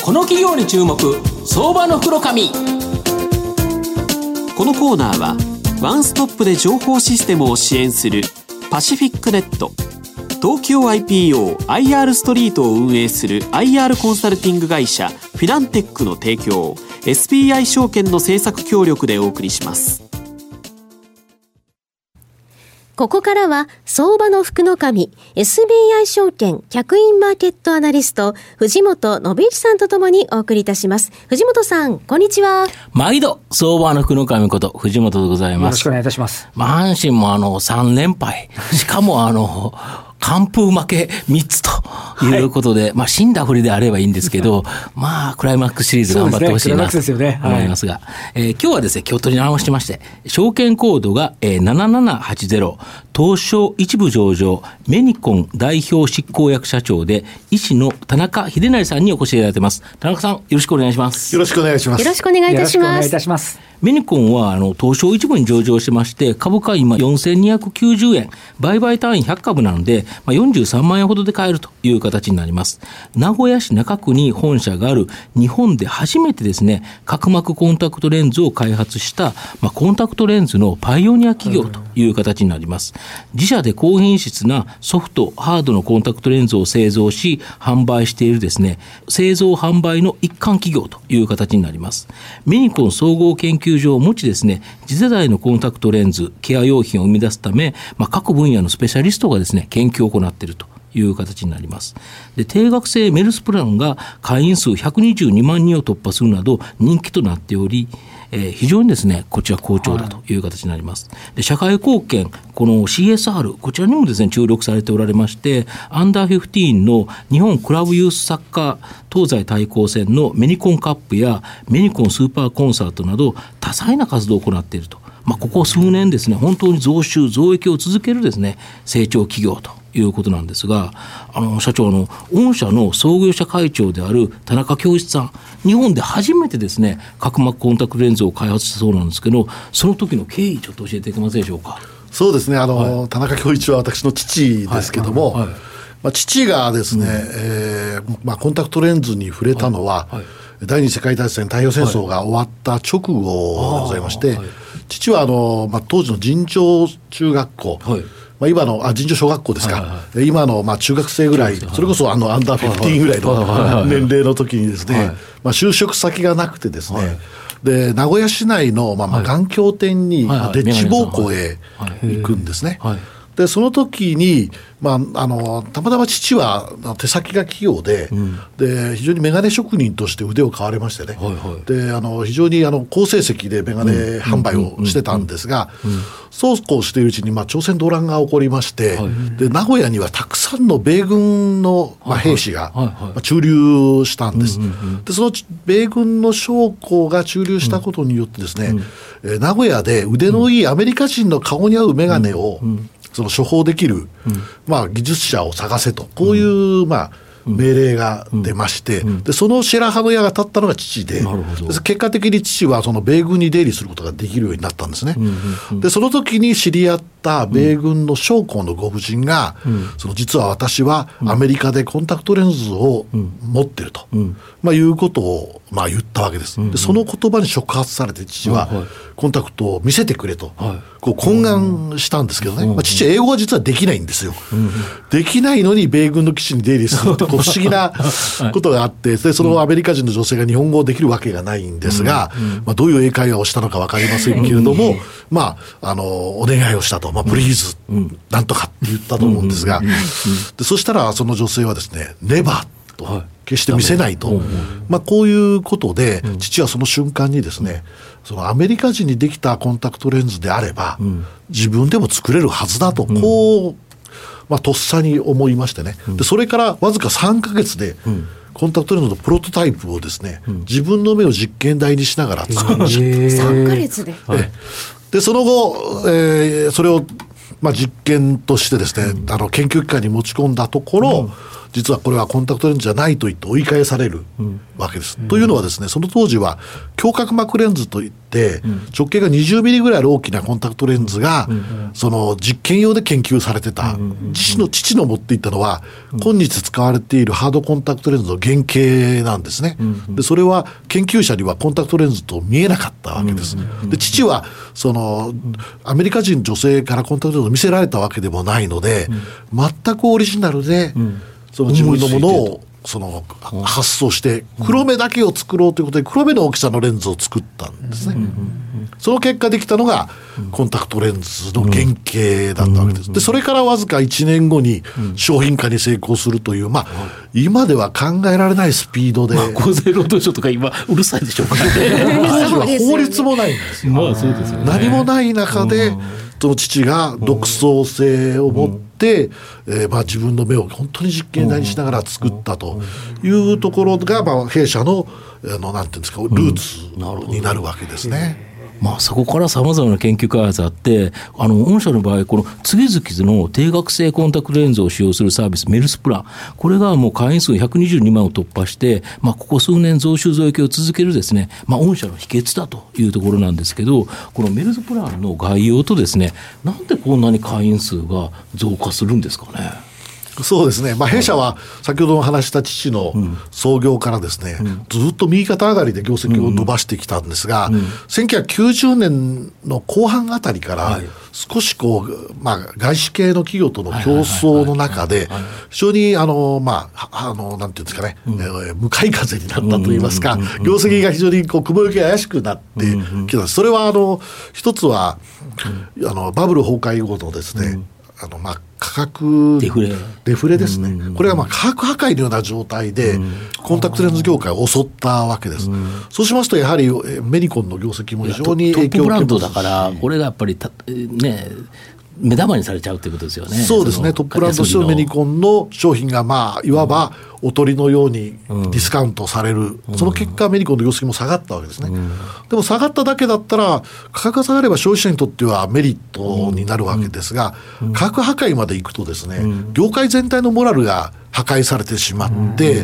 この企業に注目、相場の袋紙。 このコーナーはワンストップで情報システムを支援するパシフィックネット、東京 IPO、IR ストリートを運営する IR コンサルティング会社フィナンテックの提供、 SBI 証券の政策協力でお送りします。 ここからは相場の福の神 SBI 証券客員マーケットアナリスト藤本信之さんとともにお送りいたします。藤本さん、こんにちは。 毎度相場の福の神こと藤本でございます。 よろしくお願いいたします。 阪神も3連敗、しかも完封負け3つということで、死んだふりであればいいんですけど、クライマックスシリーズ頑張ってほしいなと思いますが、今日はですね、今日取り直してまして、証券コードが7780、東証一部上場メニコン代表執行役社長で医師の田中秀成さんにお越しいただいてます。田中さん、よろしくお願いします。 よろしくお願いします。 よろしくお願いいたします。 よろしくお願いいたします。 メニコンは東証一部に上場してまして、株価今4290円、売買単位100株なので、43万円ほどで買えるという形になります。名古屋市中区に本社がある、日本で初めてですね、角膜コンタクトレンズを開発した、コンタクトレンズのパイオニア企業という形になります。自社で高品質なソフト、ハードのコンタクトレンズを製造し販売しているですね、製造販売の一貫企業という形になります。メニコン総合研究所を持ちですね、次世代のコンタクトレンズ、ケア用品を生み出すため、各分野のスペシャリストがですね、研究を行っているという形になります。で、定額制メルスプランが会員数122万人を突破するなど人気となっており、非常にですね、こちら好調だという形になります。で、社会貢献、この CSR、こちらにもですね、注力されておられまして、アンダー15の日本クラブユースサッカー東西対抗戦のメニコンカップやメニコンスーパーコンサートなど多彩な活動を行っていると。ここ数年ですね、本当に増収増益を続けるですね、成長企業ということなんですが、社長御社の創業者会長である田中恭一さん、日本で初めてですね、角膜コンタクトレンズを開発したそうなんですけど、その時の経緯ちょっと教えていただけますでしょうか。 そうですね、田中恭一は私の父ですけども、父がですね、コンタクトレンズに触れたのは、第二次世界大戦、太平洋戦争が終わった直後でございまして、父は当時の尋常中学校、今の尋常小学校ですか、今の中学生ぐらい、それこそアンダー15ぐらいの年齢の時にですね、就職先がなくてですね、で名古屋市内の眼鏡店にデッチ奉公へ行くんですね。でその時に、たまたま父は手先が器用で、で非常に眼鏡職人として腕を買われましてね、で非常に好成績で眼鏡販売をしてたんですが、そうこうしているうちに、朝鮮動乱が起こりまして、で名古屋にはたくさんの米軍の、兵士が、駐留したんです。でその米軍の将校が駐留したことによってですね、名古屋で腕のいいアメリカ人の顔に合う眼鏡を、その処方できる、技術者を探せと、こういう、命令が出まして、でその白羽の矢が立ったのが父で、結果的に父はその米軍に出入りすることができるようになったんですね。でその時に知り合った米軍の将校のご婦人が、実は私はアメリカでコンタクトレンズを持ってると、いうことを言ったわけです。でその言葉に触発されて父はコンタクトを見せてくれと、懇願したんですけどね、父は英語は実はできないんですよ。できないのに米軍の基地に出入りするって不思議なことがあって、でそのアメリカ人の女性が日本語をできるわけがないんですが、どういう英会話をしたのか分かりませんけれども、お願いをしたと、プリーズ、なんとかって言ったと思うんですが、でそしたらその女性はですね、ネバーと決して見せないと、こういうことで、父はその瞬間にですね、そのアメリカ人にできたコンタクトレンズであれば、自分でも作れるはずだと、こう、とっさに思いましてね、でそれからわずか3ヶ月で、コンタクトレンズのプロトタイプをですね、自分の目を実験台にしながら作りました。 3ヶ月で、 でその後、それを実験としてですね、研究機関に持ち込んだところ、 実はこれはコンタクトレンズじゃないと言って追い返されるわけです、というのはですね、その当時は強角膜レンズといって、直径が20ミリぐらいある大きなコンタクトレンズが、その実験用で研究されてた、父の持っていったのは、今日使われているハードコンタクトレンズの原型なんですね、でそれは研究者にはコンタクトレンズと見えなかったわけです。で父はそのアメリカ人女性からコンタクトレンズを見せられたわけでもないので、全くオリジナルで、その自分のものをその発想して黒目だけを作ろうということで黒目の大きさのレンズを作ったんですね。その結果できたのがコンタクトレンズの原型だったわけです。でそれからわずか1年後に商品化に成功するという、今では考えられないスピードで、 厚生労働省とか今うるさいでしょうかね。 当時は法律もないんですよ。 そうですよね。 何もない中でその父が独創性を持って、自分の目を本当に実験台にしながら作ったというところが、弊社のなんていうんですか、ルーツになるわけですね。 そこからさまざまな研究開発があって、御社の場合この次々の定額制コンタクトレンズを使用するサービスメルスプラン、これがもう会員数122万を突破して、ここ数年増収増益を続けるですね、御社の秘訣だというところなんですけど、このメルスプランの概要とですね、なんでこんなに会員数が増加するんですかね。 そうですね、弊社は先ほど話した父の創業からですね、ずっと右肩上がりで業績を伸ばしてきたんですが、1990年の後半あたりから少し外資系の企業との競争の中で非常になんていうんですかね、向かい風になったといいますか、業績が非常に雲行きが怪しくなってきた。それは一つはバブル崩壊後のですね、価格デフレですね、これが価格破壊のような状態でコンタクトレンズ業界を襲ったわけです。そうしますとやはりメニコンの業績も非常に影響を受けますし、 トップブランドだからこれがやっぱり目玉にされちゃうということですよね。 そうですね、トップブランドとしてのメニコンの商品がいわばおとりのようにディスカウントされる、その結果メニコンの業績も下がったわけですね。でも下がっただけだったら価格が下がれば消費者にとってはメリットになるわけですが、価格破壊までいくとですね、業界全体のモラルが破壊されてしまって、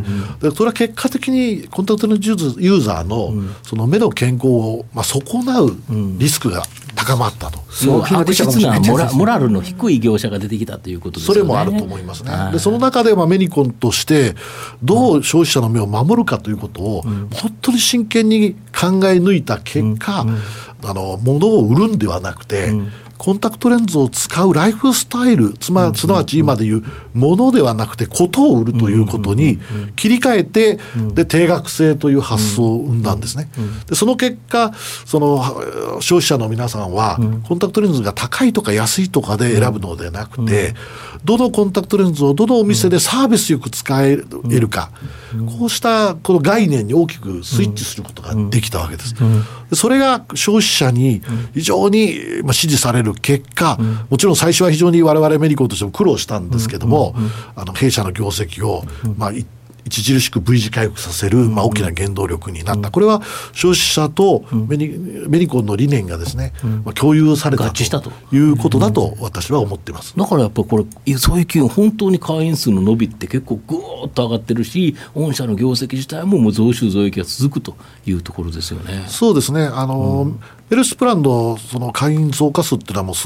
それは結果的にコンタクトレンズユーザーのその目の健康を損なうリスクが高まったと。 悪質なモラルの低い業者が出てきたということですよね。 それもあると思いますね。でその中でメニコンとしてどう消費者の目を守るかということを本当に真剣に考え抜いた結果、物を売るんではなくて、コンタクトレンズを使うライフスタイル、すなわち今でいうものではなくてことを売るということに切り替えて、で定額制という発想を生んだんですね。でその結果その消費者の皆さんはコンタクトレンズが高いとか安いとかで選ぶのではなくて、どのコンタクトレンズをどのお店でサービスよく使えるか、こうしたこの概念に大きくスイッチすることができたわけです。でそれが消費者に非常に支持される結果、もちろん最初は非常に我々メニコンとしても苦労したんですけども、弊社の業績を著しく V 字回復させる、大きな原動力になった。これは消費者とメニコンの理念がですね、共有されたということだと私は思っています。 だからやっぱりこれ最近本当に会員数の伸びって結構ぐーっと上がってるし、御社の業績自体も増収増益が続くというところですよね。 そうですね、メルスプランのその会員増加数っていうのはもう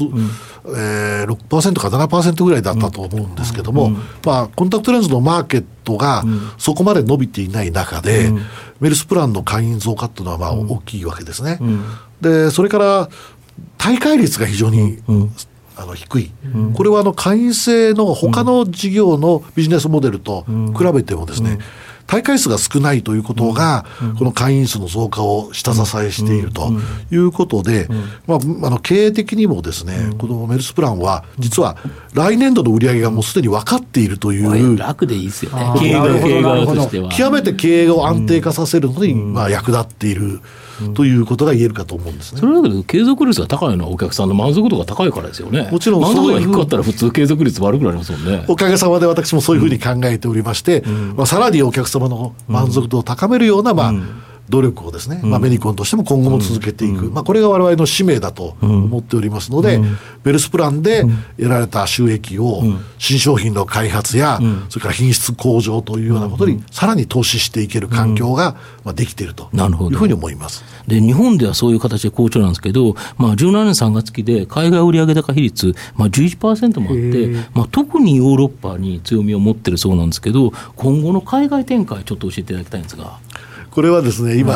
6% か 7% ぐらいだったと思うんですけども、コンタクトレンズのマーケットがそこまで伸びていない中で、メルスプランの会員増加っていうのは大きいわけですね。でそれから退会率が非常に低い、これは会員制の他の事業のビジネスモデルと比べてもですね、大会数が少ないということが、この会員数の増加を下支えしているということで、経営的にもですね、このメルスプランは実は来年度の売り上げがもうすでに分かっているという、 楽でいいですよね、経営側としては極めて経営を安定化させるのに役立っているということが言えるかと思うんですね。 それだけど継続率が高いのはお客さんの満足度が高いからですよね。 もちろん満足度が低かったら普通継続率悪くなりますもんね。 おかげさまで私もそういうふうに考えておりまして、さらにお客様の満足度を高めるような、 努力をですね、メニコンとしても今後も続けていく、これが我々の使命だと思っておりますので、メルスプランで得られた収益を新商品の開発や、それから品質向上というようなことにさらに投資していける環境ができているというふうに思います。 で日本ではそういう形で好調なんですけど、17年3月期で海外売上高比率、11% もあって、特にヨーロッパに強みを持ってるそうなんですけど、今後の海外展開ちょっと教えていただきたいんですが。 これはですね、今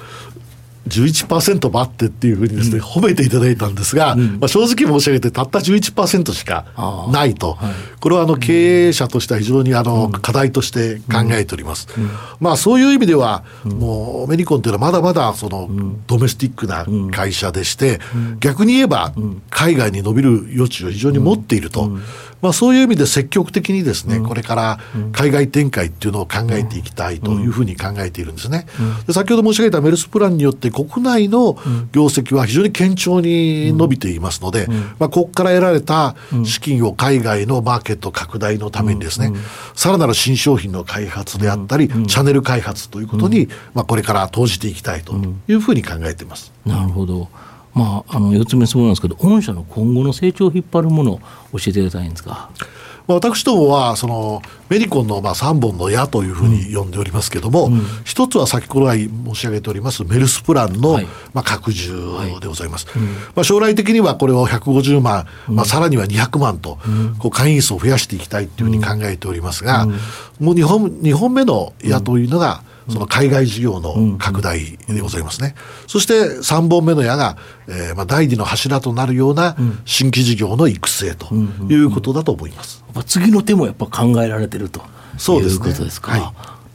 11% 待ってっていうふうにですね、褒めていただいたんですが、正直申し上げてたった 11% しかないと、これは経営者としては非常に課題として考えております。そういう意味では、もうメニコンというのはまだまだそのドメスティックな会社でして、逆に言えば海外に伸びる余地を非常に持っていると、そういう意味で積極的にですね、これから海外展開っていうのを考えていきたいというふうに考えているんですね。で先ほど申し上げたメルスプランによって国内の業績は非常に堅調に伸びていますので、ここから得られた資金を海外のマーケット拡大のためにですね、さらなる新商品の開発であったり、チャンネル開発ということに、これから投じていきたいというふうに考えています。 なるほど。4つ目の質問なんですけど、御社の今後の成長を引っ張るものを教えていただきたいんですか。 私どもはそのメニコンの3本の矢というふうに呼んでおりますけども、一つは先ほど申し上げておりますメルスプランの拡充でございます。将来的にはこれを150万、さらには200万とこう会員数を増やしていきたいというふうに考えておりますが、もう2本目の矢というのがその海外事業の拡大でございますね。そして3本目の矢が、第2の柱となるような新規事業の育成ということだと思います。 次の手もやっぱ考えられてるということですか。 はい、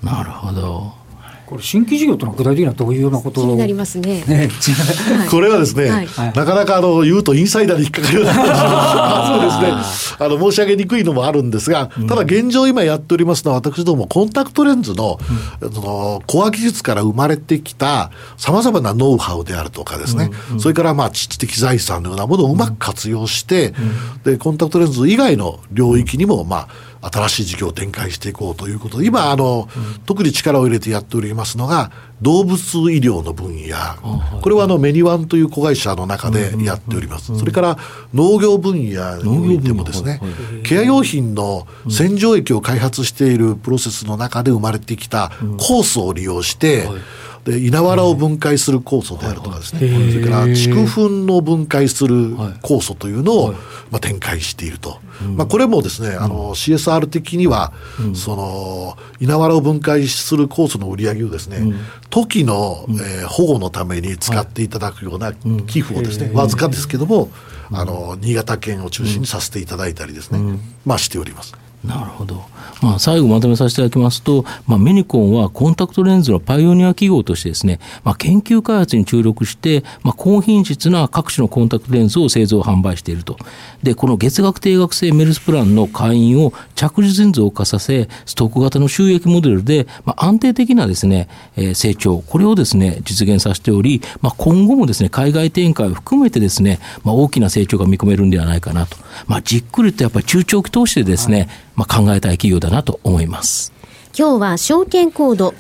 なるほど。 これ新規事業というのは具体的にはどういうようなことを。 気になりますね。 これはですね、なかなか言うとインサイダーに引っかかるような話ですね、申し上げにくいのもあるんですが、ただ現状今やっておりますのは、私どもコンタクトレンズの、コア技術から生まれてきたさまざまなノウハウであるとかですね、それから知的財産のようなものをうまく活用して、でコンタクトレンズ以外の領域にも新しい事業を展開していこうということで、今特に力を入れてやっておりますのが動物医療の分野、これはメニワンという子会社の中でやっております。それから農業分野においてもですね、ケア用品の洗浄液を開発しているプロセスの中で生まれてきた酵素を利用して、で稲わらを分解する酵素であるとかですね、それから畜糞の分解する酵素というのを展開していると、これもですねCSR 的には、その稲わらを分解する酵素の売り上げをですね、トキの、保護のために使っていただくような寄付をですね、わずかですけども新潟県を中心にさせていただいたりですね、しております。 なるほど。最後まとめさせていただきますと、メニコンはコンタクトレンズのパイオニア企業としてですね、研究開発に注力して、高品質な各種のコンタクトレンズを製造販売していると。で、この月額定額制メルスプランの会員を着実に増加させ、ストック型の収益モデルで、安定的なですね、成長、これをですね、実現させており、今後もですね、海外展開を含めてですね、大きな成長が見込めるんではないかなと。じっくりとやっぱり中長期投資でですね、考えたい企業だなと思います。 今日は証券コード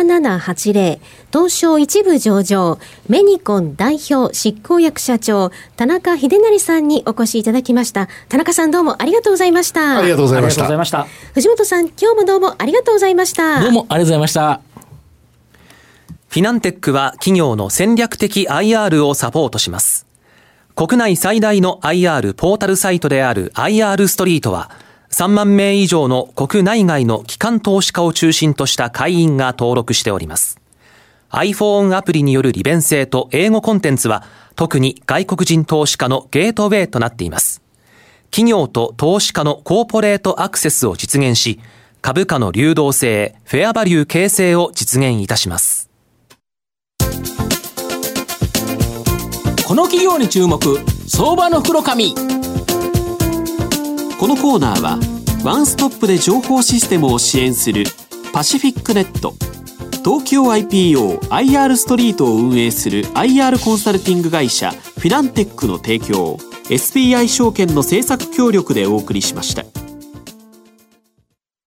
7780東証一部上場メニコン代表執行役社長田中秀成さんにお越しいただきました。田中さん、どうもありがとうございました。 ありがとうございました。 藤本さん、今日もどうもありがとうございました。 どうもありがとうございました。 フィナンテックは企業の戦略的 IR をサポートします。国内最大の IR ポータルサイトである IR ストリートは3万名以上の国内外の機関投資家を中心とした会員が登録しております。iPhone アプリによる利便性と英語コンテンツは特に外国人投資家のゲートウェイとなっています。企業と投資家のコーポレートアクセスを実現し、株価の流動性、フェアバリュー形成を実現いたします。 この企業に注目、相場の袋紙。 このコーナーはワンストップで情報システムを支援するパシフィックネット、東京 IPO、IR ストリートを運営する IR コンサルティング会社フィナンテックの提供、SBI 証券の政策協力でお送りしました。